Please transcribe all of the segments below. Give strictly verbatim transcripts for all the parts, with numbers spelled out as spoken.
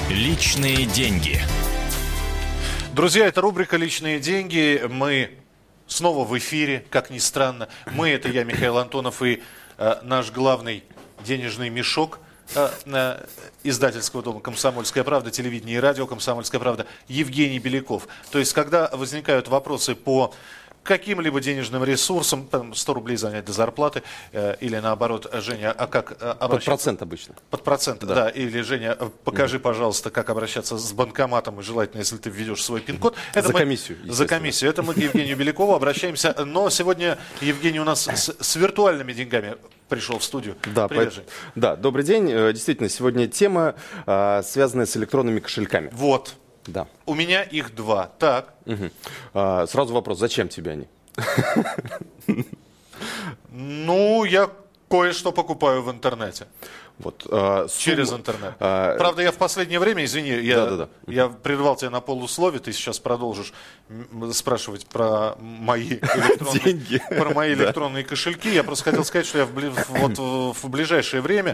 Личные деньги. Друзья, это рубрика «Личные деньги». Мы снова в эфире, как ни странно. Мы, это я, Михаил Антонов, и э, наш главный денежный мешок э, издательского дома «Комсомольская правда», телевидение и радио «Комсомольская правда» Евгений Беляков. То есть, когда возникают вопросы по каким-либо денежным ресурсам, там сто рублей занять до зарплаты, э, или наоборот, Женя, а как э, обращаться? Под процент обычно. Под процент, да. да. Или, Женя, покажи, mm-hmm. пожалуйста, как обращаться с банкоматом, и желательно, если ты введешь свой пин-код. Это за мы, комиссию. За комиссию. Это мы к Евгению Белякову обращаемся. Но сегодня Евгений у нас с, с виртуальными деньгами пришел в студию. Да, Привет, по... Жень. Да, добрый день. Действительно, сегодня тема, связанная с электронными кошельками. Вот. Да. У меня их два. Так. Угу. А, сразу вопрос, зачем тебе они? Ну, я кое-что покупаю в интернете. Вот, а, Через сумма, интернет. А... Правда, я в последнее время, извини, я, да, да, да. я прервал тебя на полуслове, ты сейчас продолжишь спрашивать про мои электронные, деньги. Про мои электронные кошельки. Я просто хотел сказать, что я в, вот, в ближайшее время,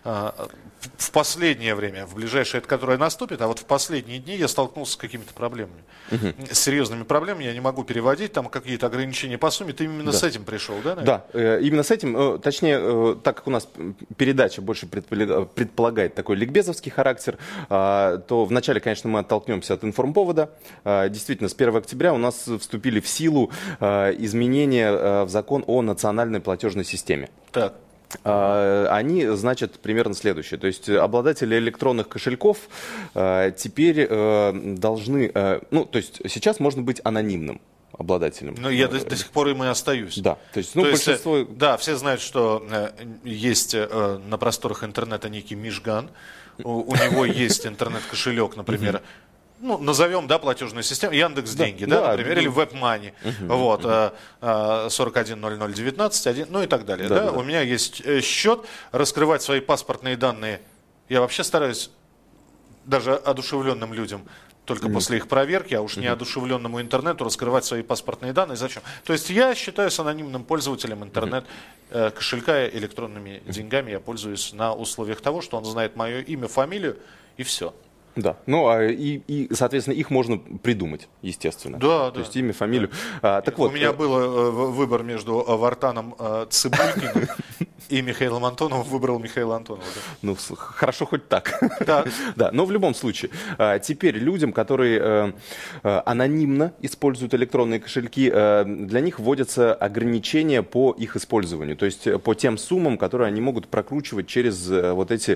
в последнее время, в ближайшее, это которое наступит, а вот в последние дни я столкнулся с какими-то проблемами. С серьезными проблемами, я не могу переводить, там какие-то ограничения по сумме. Ты именно да. с этим пришел, да? Наверное? Да, именно с этим, точнее, так как у нас передача больше предполагает такой ликбезовский характер, то вначале, конечно, мы оттолкнемся от информповода. Действительно, с первого октября у нас вступили в силу изменения в закон о национальной платежной системе. Так. Они значат примерно следующее. То есть обладатели электронных кошельков теперь должны... Ну, то есть сейчас можно быть анонимным обладателем. Ну, я до, до сих пор им и остаюсь. Да. То есть, ну, то большинство... есть, да, все знают, что э, есть э, на просторах интернета некий Мишган. У, у него есть интернет-кошелек, например. Ну, назовем, да, платежную систему, Яндекс.Деньги, да, да, например, да, или WebMoney, uh-huh, вот, uh-huh. сорок один ноль ноль девятнадцать один, ну и так далее. Да, да? Да, да. У меня есть счет, раскрывать свои паспортные данные. Я вообще стараюсь даже одушевленным людям только mm-hmm. после их проверки, а уж mm-hmm. неодушевленному интернету раскрывать свои паспортные данные. Зачем? То есть я считаюсь анонимным пользователем интернет-кошелька mm-hmm. электронными mm-hmm. деньгами. Я пользуюсь на условиях того, что он знает мое имя, фамилию и все. Да, ну и, и, соответственно, их можно придумать, естественно. Да, То да. есть имя, фамилию. Да. А, так У вот, меня был э, выбор между Вартаном э, Цыбулькиным и Михаилом Антоновым. Выбрал Михаила Антонова. Да. Ну, хорошо хоть так. Да. Да, но в любом случае, теперь людям, которые анонимно используют электронные кошельки, для них вводятся ограничения по их использованию. То есть по тем суммам, которые они могут прокручивать через вот эти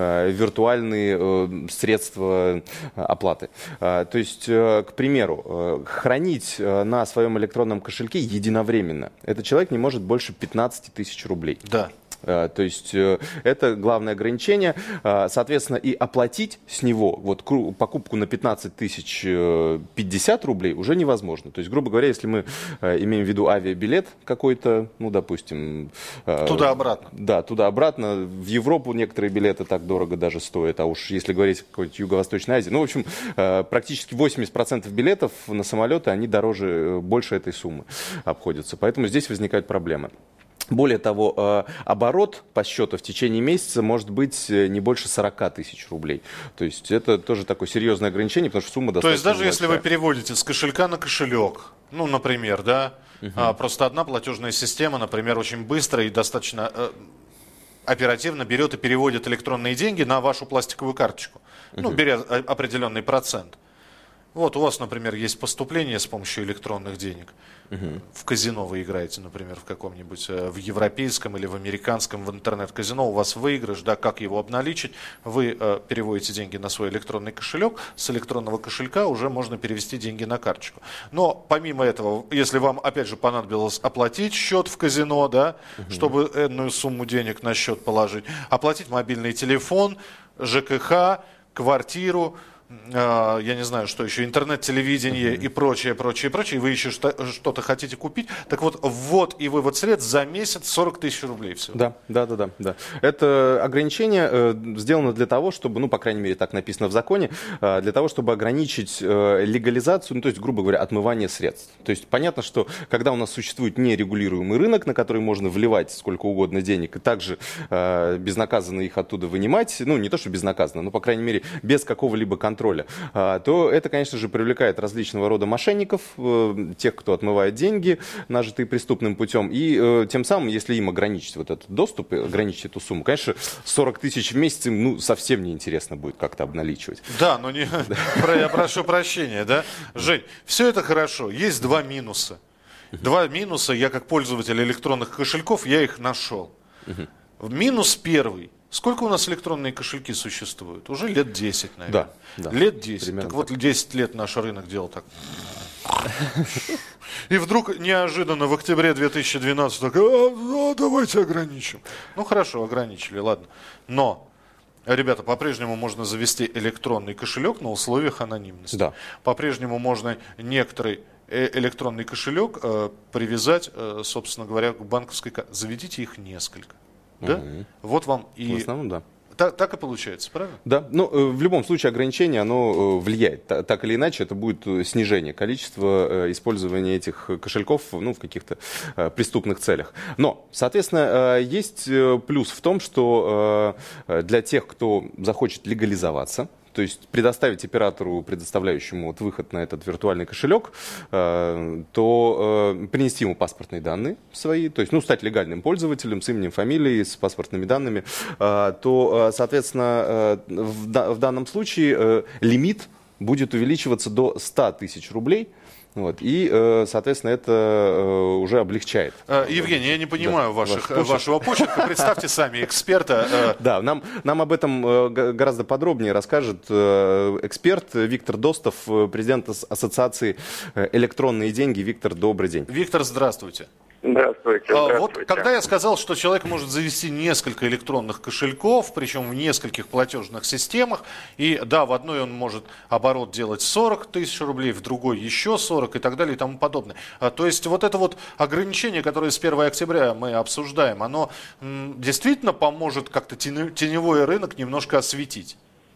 виртуальные средства оплаты. То есть, к примеру, хранить на своем электронном кошельке единовременно этот человек не может больше пятнадцать тысяч рублей. Да. То есть это главное ограничение. Соответственно, и оплатить с него вот покупку на пятнадцать тысяч пятьдесят рублей уже невозможно. То есть, грубо говоря, если мы имеем в виду авиабилет какой-то, ну, допустим... Туда-обратно. Да, туда-обратно. В Европу некоторые билеты так дорого даже стоят. А уж если говорить о какой-то Юго-Восточной Азии. Ну, в общем, практически восемьдесят процентов билетов на самолеты, они дороже, больше этой суммы обходятся. Поэтому здесь возникают проблемы. Более того, оборот по счету в течение месяца может быть не больше сорок тысяч рублей. То есть это тоже такое серьезное ограничение, потому что сумма достаточно То есть даже большая. Если вы переводите с кошелька на кошелек, ну, например, да, угу. а, просто одна платежная система, например, очень быстро и достаточно э, оперативно берет и переводит электронные деньги на вашу пластиковую карточку, угу. ну, беря определенный процент. Вот у вас, например, есть поступление с помощью электронных денег. Угу. В казино вы играете, например, в каком-нибудь, в европейском или в американском, в интернет-казино. У вас выигрыш, да, как его обналичить? Вы э, переводите деньги на свой электронный кошелек. С электронного кошелька уже можно перевести деньги на карточку. Но помимо этого, если вам, опять же, понадобилось оплатить счет в казино, да, угу. чтобы энную сумму денег на счет положить, оплатить мобильный телефон, ЖКХ, квартиру, э, я не знаю, что еще, интернет-телевидение mm-hmm. и прочее, прочее, прочее, и вы еще что- что-то хотите купить, так вот, ввод и вывод средств за месяц сорок тысяч рублей всего. Да, да, да, да, да. Это ограничение э, сделано для того, чтобы, ну, по крайней мере, так написано в законе, э, для того, чтобы ограничить э, легализацию, ну, то есть, грубо говоря, отмывание средств. То есть, понятно, что когда у нас существует нерегулируемый рынок, на который можно вливать сколько угодно денег, и также э, безнаказанно их оттуда вынимать, ну, не то, что безнаказанно, но, по крайней мере, без какого-либо контроля, э, то это, конечно же, привлекает различного рода мошенников, э, тех, кто отмывает деньги, нажитые преступным путем, и э, тем самым, если им ограничить вот этот доступ, и ограничить эту сумму, конечно, сорок тысяч в месяц им, ну, совсем неинтересно будет как-то обналичивать. Да, но не... я прошу прощения, да? Жень, все это хорошо, есть два минуса. Два минуса, я как пользователь электронных кошельков, я их нашел. Минус первый. Сколько у нас электронные кошельки существуют? Уже лет десять, наверное. Да, да. Лет десять. Примерно Так вот, так. десять лет наш рынок делал так. И вдруг неожиданно в октябре две тысячи двенадцатого так, а, а, давайте ограничим. Ну хорошо, ограничили, ладно. Но, ребята, по-прежнему можно завести электронный кошелек на условиях анонимности. Да. По-прежнему можно некоторый электронный кошелек э, привязать, э, собственно говоря, к банковской карте. Заведите их несколько. Да? Угу. Вот вам и... В основном, да. Так, так и получается, правильно? Да, ну, в любом случае ограничение, оно влияет. Так или иначе, это будет снижение количества использования этих кошельков, ну, в каких-то преступных целях. Но, соответственно, есть плюс в том, что для тех, кто захочет легализоваться, то есть предоставить оператору, предоставляющему вот выход на этот виртуальный кошелек, э, то э, принести ему паспортные данные свои, то есть, ну, стать легальным пользователем с именем, фамилией, с паспортными данными, э, то, э, соответственно, э, в, да, в данном случае э, лимит будет увеличиваться до ста тысяч рублей. Вот, и, соответственно, это уже облегчает. Evgeny, я не понимаю да, ваших, ваш вашего почерка. Представьте сами эксперта. Да, нам, нам об этом гораздо подробнее расскажет эксперт Виктор Достов, президент Ассоциации «Электронные деньги». Виктор, добрый день. Виктор, здравствуйте. Здравствуйте, здравствуйте. Вот когда я сказал, что человек может завести несколько электронных кошельков, причем в нескольких платежных системах, и да, в одной он может оборот делать сорок тысяч рублей, в другой еще сорок и так далее и тому подобное. А, то есть вот это вот ограничение, которое с первого октября мы обсуждаем, оно м, действительно поможет как-то теневой рынок немножко осветить?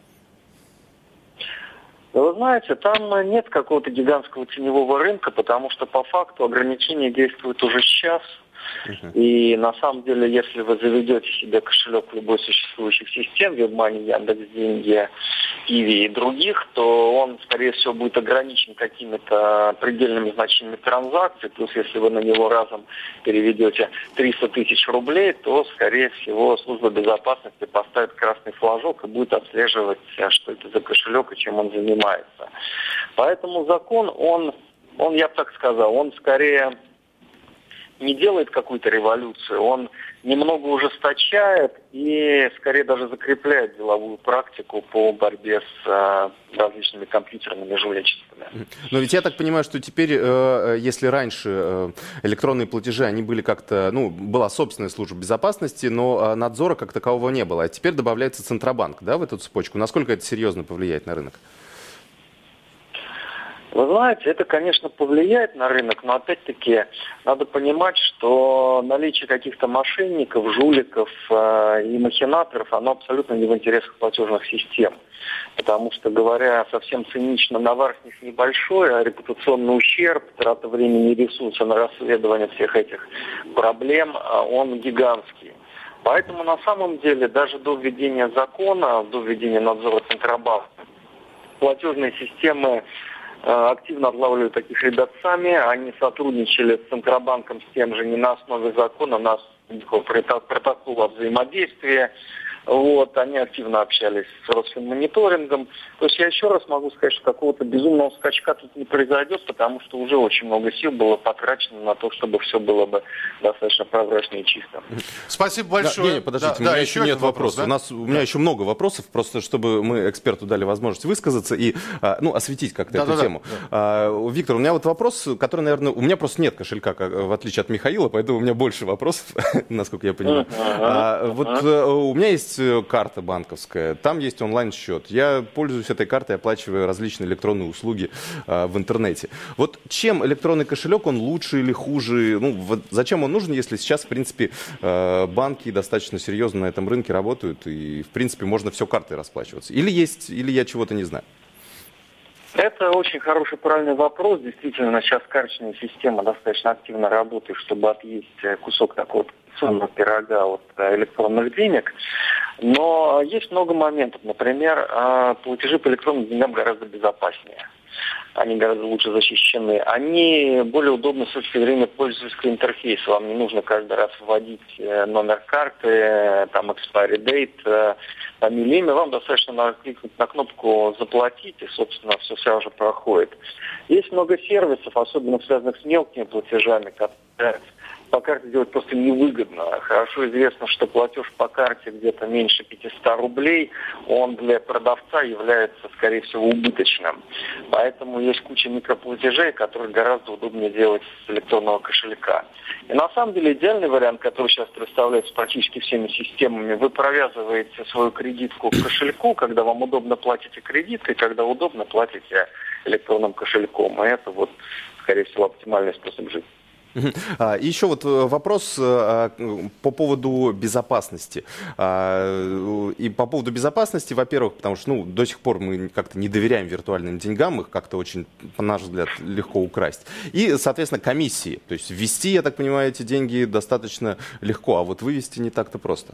Вы знаете, там нет какого-то гигантского теневого рынка, потому что по факту ограничения действуют уже сейчас. Uh-huh. И на самом деле, если вы заведете себе кошелек в любой существующих систем, WebMoney, Яндекс.Деньги, Иви и других, то он, скорее всего, будет ограничен какими-то предельными значениями транзакций. Плюс, если вы на него разом переведете триста тысяч рублей, то, скорее всего, служба безопасности поставит красный флажок и будет отслеживать, что это за кошелек и чем он занимается. Поэтому закон, он, он я бы так сказал, он скорее не делает какую-то революцию, он немного ужесточает и скорее даже закрепляет деловую практику по борьбе с э, различными компьютерными жульничествами. Но ведь я так понимаю, что теперь, э, если раньше э, электронные платежи, они были как-то, ну, была собственная служба безопасности, но э, надзора как такового не было, а теперь добавляется Центробанк, да, в эту цепочку. Насколько это серьезно повлияет на рынок? Вы знаете, это, конечно, повлияет на рынок, но опять-таки надо понимать, что наличие каких-то мошенников, жуликов э, и махинаторов, оно абсолютно не в интересах платежных систем. Потому что, говоря совсем цинично, навар с них небольшой, а репутационный ущерб, трата времени и ресурсов на расследование всех этих проблем, он гигантский. Поэтому на самом деле даже до введения закона, до введения надзора Центробанка, платежные системы активно отлавливали таких ребят сами. Они сотрудничали с Центробанком с тем же не на основе закона, а на основе протокола взаимодействия. Вот, они активно общались с Росфинмониторингом. То есть я еще раз могу сказать, что какого-то безумного скачка тут не произойдет, потому что уже очень много сил было потрачено на то, чтобы все было бы достаточно прозрачно и чисто. Спасибо большое. Да, Геня, подождите, да, у меня да, еще еще нет вопросов. Да? У, нас, у меня да. еще много вопросов, просто чтобы мы эксперту дали возможность высказаться и ну, осветить как-то да, эту да, тему. Да, да. А, Виктор, у меня вот вопрос, который, наверное, у меня просто нет кошелька, как, в отличие от Михаила, поэтому у меня больше вопросов, насколько я понимаю. Uh-huh, uh-huh. А, вот uh-huh. у меня есть есть карта банковская, там есть онлайн-счет. Я пользуюсь этой картой, оплачиваю различные электронные услуги э, в интернете. Вот чем электронный кошелек, он лучше или хуже? Ну, вот зачем он нужен, если сейчас, в принципе, э, банки достаточно серьезно на этом рынке работают, и, в принципе, можно все картой расплачиваться? Или есть, или я чего-то не знаю? Это очень хороший, правильный вопрос. Действительно, сейчас карточная система достаточно активно работает, чтобы отъесть кусок такого традиционного пирога от электронных денег. Но есть много моментов. Например, платежи по электронным деньгам гораздо безопаснее. Они гораздо лучше защищены. Они более удобны с точки зрения пользовательского интерфейса. Вам не нужно каждый раз вводить номер карты, там expiry date, фамилия, имя. Вам достаточно накликнуть на кнопку «Заплатить», и, собственно, все сразу же проходит. Есть много сервисов, особенно связанных с мелкими платежами, которые по карте делать просто невыгодно. Хорошо известно, что платеж по карте где-то меньше пятьсот рублей, он для продавца является, скорее всего, убыточным. Поэтому есть куча микроплатежей, которые гораздо удобнее делать с электронного кошелька. И на самом деле идеальный вариант, который сейчас представляется практически всеми системами, вы провязываете свою кредитку к кошельку, когда вам удобно платите кредиткой, когда удобно платите электронным кошельком. И это вот, скорее всего, оптимальный способ жизни. А, еще вот вопрос а, по поводу безопасности. А, и по поводу безопасности, во-первых, потому что ну, до сих пор мы как-то не доверяем виртуальным деньгам, их как-то очень, на наш взгляд, легко украсть. И, соответственно, комиссии. То есть ввести, я так понимаю, эти деньги достаточно легко, а вот вывести не так-то просто.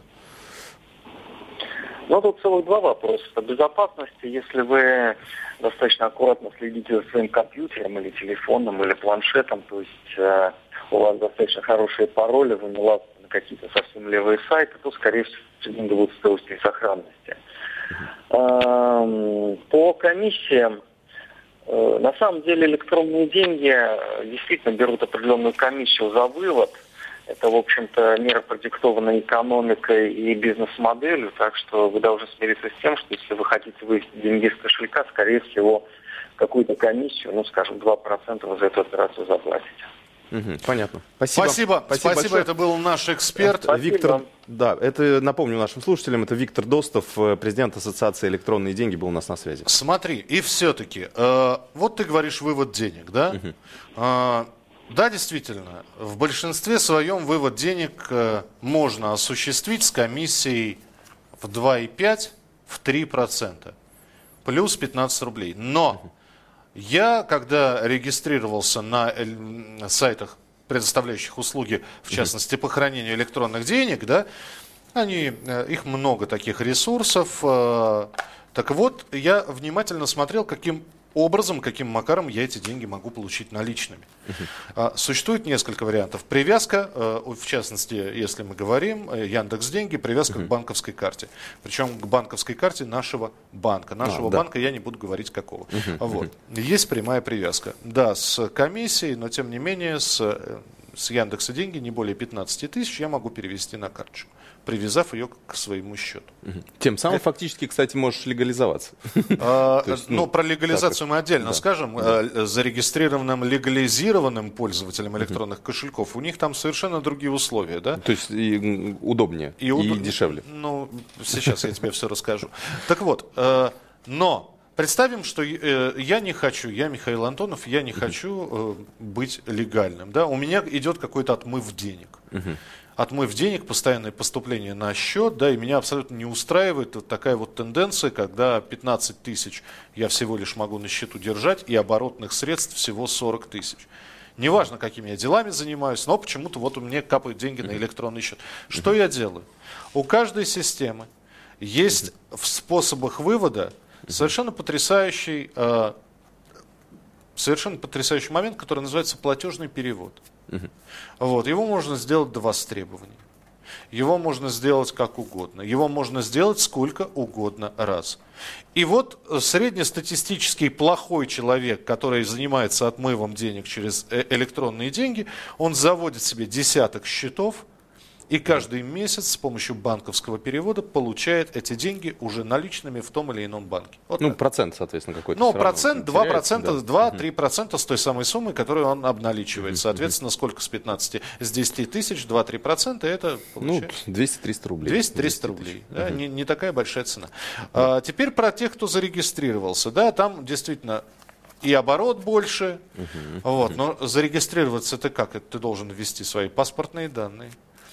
Ну, тут целых два вопроса. По безопасности, если вы достаточно аккуратно следите за своим компьютером или телефоном, или планшетом, то есть э, у вас достаточно хорошие пароли, вы не лазите на какие-то совсем левые сайты, то, скорее всего, деньги будут в целости и сохранности. Э, по комиссиям, э, на самом деле электронные деньги действительно берут определенную комиссию за вывод. Это, в общем-то, мера, продиктованная экономикой и бизнес-моделью, так что вы должны смириться с тем, что если вы хотите вывести деньги с кошелька, скорее всего, какую-то комиссию, ну, скажем, два процента вы за эту операцию заплатите. Угу, понятно. Спасибо. Спасибо. Спасибо, Спасибо. Это был наш эксперт. Спасибо. Виктор, да, это, напомню нашим слушателям, это Виктор Достов, президент Ассоциации «Электронные деньги», был у нас на связи. Смотри, и все-таки, э, вот ты говоришь вывод денег, да? Угу. Э, Да, действительно, в большинстве своем вывод денег э, можно осуществить с комиссией в два и пять десятых - в три процента, плюс пятнадцать рублей. Но я, когда регистрировался на э, сайтах, предоставляющих услуги, в частности, по хранению электронных денег, да, они, э, их много таких ресурсов. Э, так вот, я внимательно смотрел, каким образом, каким макаром я эти деньги могу получить наличными. Uh-huh. Существует несколько вариантов. Привязка, в частности, если мы говорим, Яндекс.Деньги, привязка uh-huh. к банковской карте. Причем к банковской карте нашего банка. Нашего а, банка да. я не буду говорить какого. Uh-huh. Вот. Uh-huh. Есть прямая привязка. Да, с комиссией, но тем не менее с, с Яндекса деньги не более пятнадцать тысяч я могу перевести на карточку, привязав ее к своему счету. Тем самым это... фактически, кстати, можешь легализоваться. А, есть, ну, ну, про легализацию мы отдельно да. скажем. Да. Зарегистрированным, легализированным пользователям электронных uh-huh. кошельков у них там совершенно другие условия. Да? То есть и удобнее, и, и уд... дешевле. Ну, сейчас я тебе все расскажу. Так вот, но... Представим, что э, я не хочу, я Михаил Антонов, я не uh-huh. хочу э, быть легальным. Да? У меня идет какой-то отмыв денег. Uh-huh. Отмыв денег, постоянное поступление на счет, да, и меня абсолютно не устраивает вот такая вот тенденция, когда пятнадцать тысяч я всего лишь могу на счету держать, и оборотных средств всего сорок тысяч. Неважно, какими я делами занимаюсь, но почему-то вот у меня капают деньги uh-huh. на электронный счет. Что uh-huh. я делаю? У каждой системы есть uh-huh. в способах вывода Совершенно потрясающий, э, совершенно потрясающий момент, который называется платежный перевод. Uh-huh. Вот, его можно сделать до востребования. Его можно сделать как угодно. Его можно сделать сколько угодно раз. И вот среднестатистический плохой человек, который занимается отмывом денег через электронные деньги, он заводит себе десяток счетов, И каждый месяц с помощью банковского перевода получает эти деньги уже наличными в том или ином банке. Вот ну, так. процент, соответственно, какой-то. Ну, процент, два процента, два-три угу. процента с той самой суммы, которую он обналичивает. Соответственно, сколько с пятнадцати? С десяти тысяч, два-три процента, это получается... Ну, двести-триста рублей. двести-триста рублей. Да, угу. не, не такая большая цена. А, теперь про тех, кто зарегистрировался. Да, там действительно... И оборот больше. Uh-huh. Вот. Но зарегистрироваться ты как? Это ты должен ввести свои паспортные данные.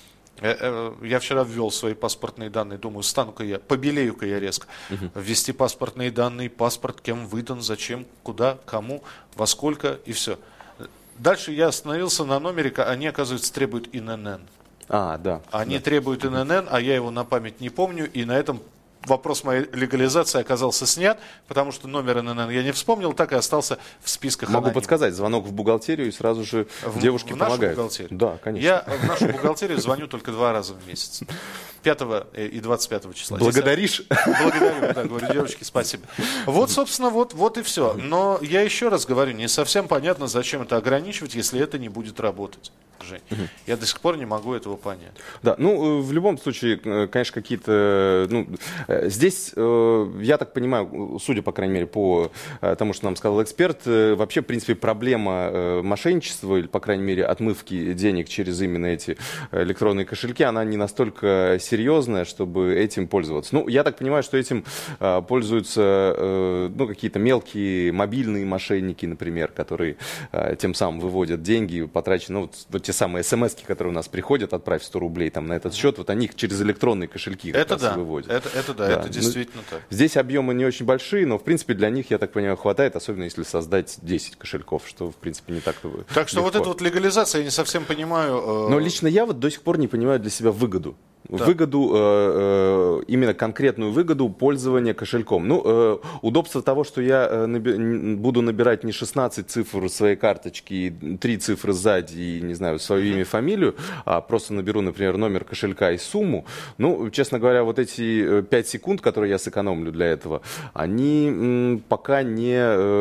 Я вчера ввел свои паспортные данные, думаю, стану-ка я, побелею-ка я резко. Uh-huh. Ввести паспортные данные, паспорт, кем выдан, зачем, куда, кому, во сколько и все. Дальше я остановился на номере, они, оказывается, требуют эн эн эн. А, да. Они да. требуют эн эн эн, а я его на память не помню, и на этом вопрос моей легализации оказался снят, потому что номер эн эн эн я не вспомнил, так и остался в списках. Могу анонимных. Подсказать, звонок в бухгалтерию, и сразу же в, девушки в нашу помогают. Бухгалтерию? Да, конечно. Я в нашу бухгалтерию звоню только два раза в месяц. пятого и двадцать пятого числа. Благодаришь? Благодарю, да, говорю, девочки, спасибо. Вот, собственно, вот, вот и все. Но я еще раз говорю, не совсем понятно, зачем это ограничивать, если это не будет работать. Жень. Угу. Я до сих пор не могу этого понять. Да, ну, в любом случае, конечно, какие-то... Ну, здесь, я так понимаю, судя, по крайней мере, по тому, что нам сказал эксперт, вообще, в принципе, проблема мошенничества, или, по крайней мере, отмывки денег через именно эти электронные кошельки, она не настолько серьезная, чтобы этим пользоваться. Ну, я так понимаю, что этим пользуются, ну, какие-то мелкие мобильные мошенники, например, которые тем самым выводят деньги, потраченные, ну, вот, вот те самые смс-ки, которые у нас приходят, отправь сто рублей там на этот счет, вот они их через электронные кошельки как это раз да, выводят. Это, это да, да, это действительно так. Здесь объемы не очень большие, но в принципе для них, я так понимаю, хватает, особенно если создать десять кошельков, что в принципе не так Так что легко. Вот эта вот легализация, я не совсем понимаю. Э... Но лично я вот до сих пор не понимаю для себя выгоду. Да. Выгоду, э, э, именно конкретную выгоду пользования кошельком. Ну, э, удобство того, что я э, наби- буду набирать не шестнадцать цифр своей карточки, три цифры сзади и, не знаю, свое имя и фамилию, а просто наберу, например, номер кошелька и сумму. Ну, честно говоря, вот эти пять секунд, которые я сэкономлю для этого, они м, пока не,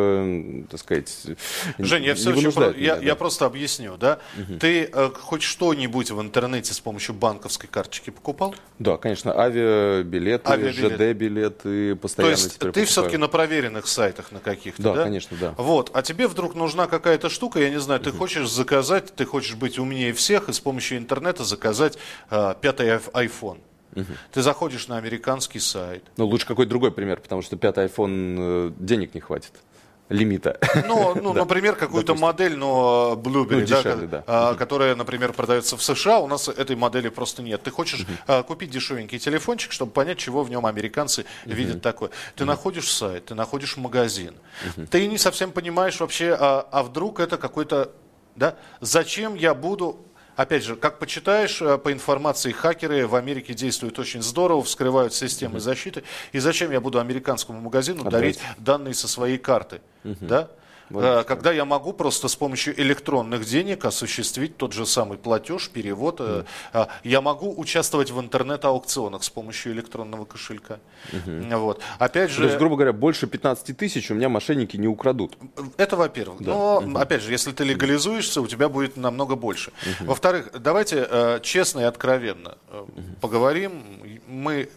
э, так сказать, Жень, я, не все вынуждают про... я, меня, я да. просто объясню, да? Угу. Ты э, хоть что-нибудь в интернете с помощью банковской карточки покупал? Да, конечно, авиабилеты, Авиабилет. ЖД-билеты постоянно. То есть ты все-таки на проверенных сайтах на каких-то, да? Да, конечно, да. Вот, а тебе вдруг нужна какая-то штука, я не знаю, ты uh-huh. хочешь заказать, ты хочешь быть умнее всех и с помощью интернета заказать э, пятый iPhone. Uh-huh. Ты заходишь на американский сайт. Ну, лучше какой-то другой пример, потому что пятый iPhone э, денег не хватит. Лимита. Ну, ну да. Например, какую-то Допустим. модель, но Blueberry, ну, дешевле, да, да. а, которая, например, продается в США, у нас этой модели просто нет. Ты хочешь uh-huh. а, купить дешевенький телефончик, чтобы понять, чего в нем американцы uh-huh. видят такое. Ты uh-huh. находишь сайт, ты находишь магазин. Uh-huh. Ты не совсем понимаешь вообще, а, а вдруг это какой-то... Да? Зачем я буду... Опять же, как почитаешь, по информации, хакеры в Америке действуют очень здорово, вскрывают системы uh-huh. защиты. И зачем я буду американскому магазину Отдать. дарить данные со своей карты? Uh-huh. Да? Вот, когда я могу просто с помощью электронных денег осуществить тот же самый платеж, перевод. Mm. Я могу участвовать в интернет-аукционах с помощью электронного кошелька. Mm-hmm. Вот. Опять же, то есть, грубо говоря, больше пятнадцати тысяч у меня мошенники не украдут. Это во-первых. Да. Но, mm-hmm. опять же, если ты легализуешься, у тебя будет намного больше. Mm-hmm. Во-вторых, давайте э, честно и откровенно э, mm-hmm. поговорим. Мы...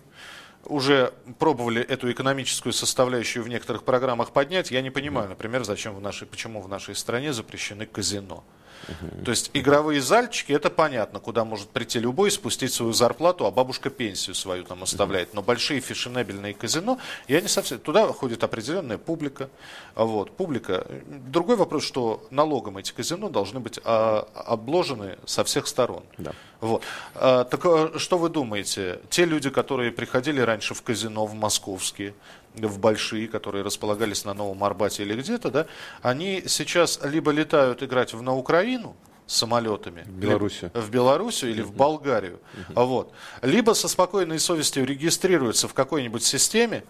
уже пробовали эту экономическую составляющую в некоторых программах поднять. Я не понимаю, например, зачем в нашей, почему в нашей стране запрещены казино. Uh-huh. То есть игровые зальчики, это понятно, куда может прийти любой, спустить свою зарплату, а бабушка пенсию свою там оставляет. Uh-huh. Но большие фешенебельные казино, я не совсем... Туда ходит определенная публика. Вот, публика. Другой вопрос, что налогом эти казино должны быть а, обложены со всех сторон. Да. Вот. А, так что вы думаете? Те люди, которые приходили раньше в казино, в московские, в большие, которые располагались на Новом Арбате или где-то, да, они сейчас либо летают играть в, на Украину самолетами, в Белоруссию, в Белоруссию или uh-huh. в Болгарию, uh-huh. вот, либо со спокойной совестью регистрируются в какой-нибудь системе,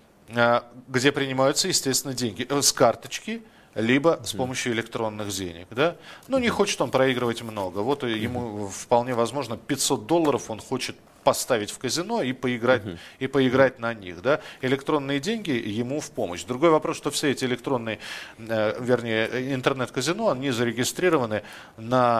где принимаются, естественно, деньги с карточки, либо uh-huh. с помощью электронных денег. Да? Ну, не хочет он проигрывать много. Вот uh-huh. ему вполне возможно пятьсот долларов он хочет поставить в казино и поиграть, uh-huh. и поиграть на них. Да? Электронные деньги ему в помощь. Другой вопрос, что все эти электронные, э, вернее, интернет-казино, они зарегистрированы на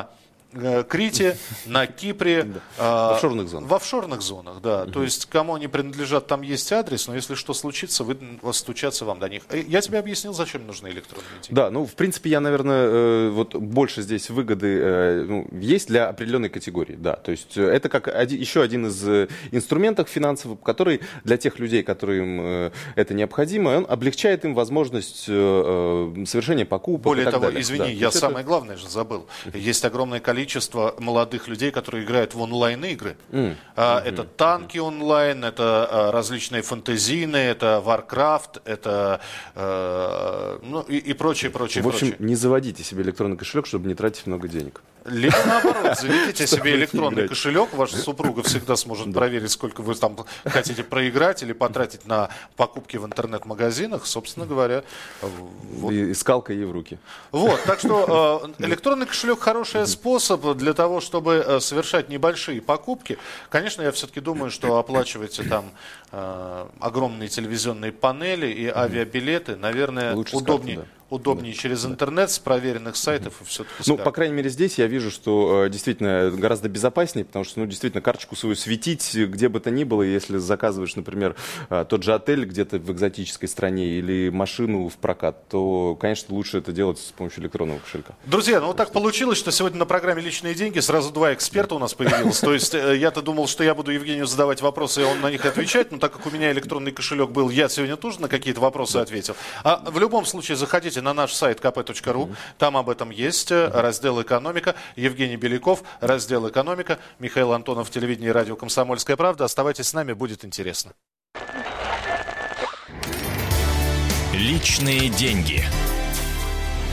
Крите, на Кипре. В офшорных зонах. В офшорных зонах, да. То есть, кому они принадлежат, там есть адрес, но если что случится, вы стучаться вам до них. Я тебе объяснил, зачем нужны электронные деньги. Да, ну, в принципе, я, наверное, вот больше здесь выгоды ну, есть для определенной категории, да. То есть, это как один, еще один из инструментов финансовых, который для тех людей, которым это необходимо, он облегчает им возможность совершения покупок. Более и так того, далее. извини, Да. я самое это... главное же забыл. Есть огромное количество количество молодых людей, которые играют в онлайн-игры. Mm. А, mm-hmm. Это танки онлайн, это а, различные фэнтезийные, это Warcraft, это а, ну, и, и прочее, прочее, В общем, прочее. не заводите себе электронный кошелек, чтобы не тратить много денег. Либо наоборот, заведите себе электронный кошелек, ваша супруга всегда сможет проверить, сколько вы там хотите проиграть или потратить на покупки в интернет-магазинах, собственно говоря. Вот. И скалка ей в руки. Вот, так что э, электронный кошелек хороший способ для того, чтобы э, совершать небольшие покупки. Конечно, я все-таки думаю, что оплачиваете там э, огромные телевизионные панели и авиабилеты, наверное, Лучше удобнее. Карты, да. Удобнее да. через интернет, с проверенных сайтов и все-таки. Ну, по крайней мере, здесь я вижу, что э, действительно гораздо безопаснее, потому что, ну, действительно, карточку свою светить где бы то ни было, если заказываешь, например, э, тот же отель где-то в экзотической стране или машину в прокат, то, конечно, лучше это делать с помощью электронного кошелька. Друзья, ну вот так получилось, что сегодня на программе «Личные деньги» сразу два эксперта у нас появилось. То есть э, я-то думал, что я буду Евгению задавать вопросы, и он на них отвечать, но так как у меня электронный кошелек был, я сегодня тоже на какие-то вопросы ответил. А в любом случае заходите на наш сайт ка пэ точка ру, там об этом есть раздел «Экономика». Евгений Беляков, раздел «Экономика». Михаил Антонов, телевидение и радио «Комсомольская правда». Оставайтесь с нами, будет интересно. Личные деньги.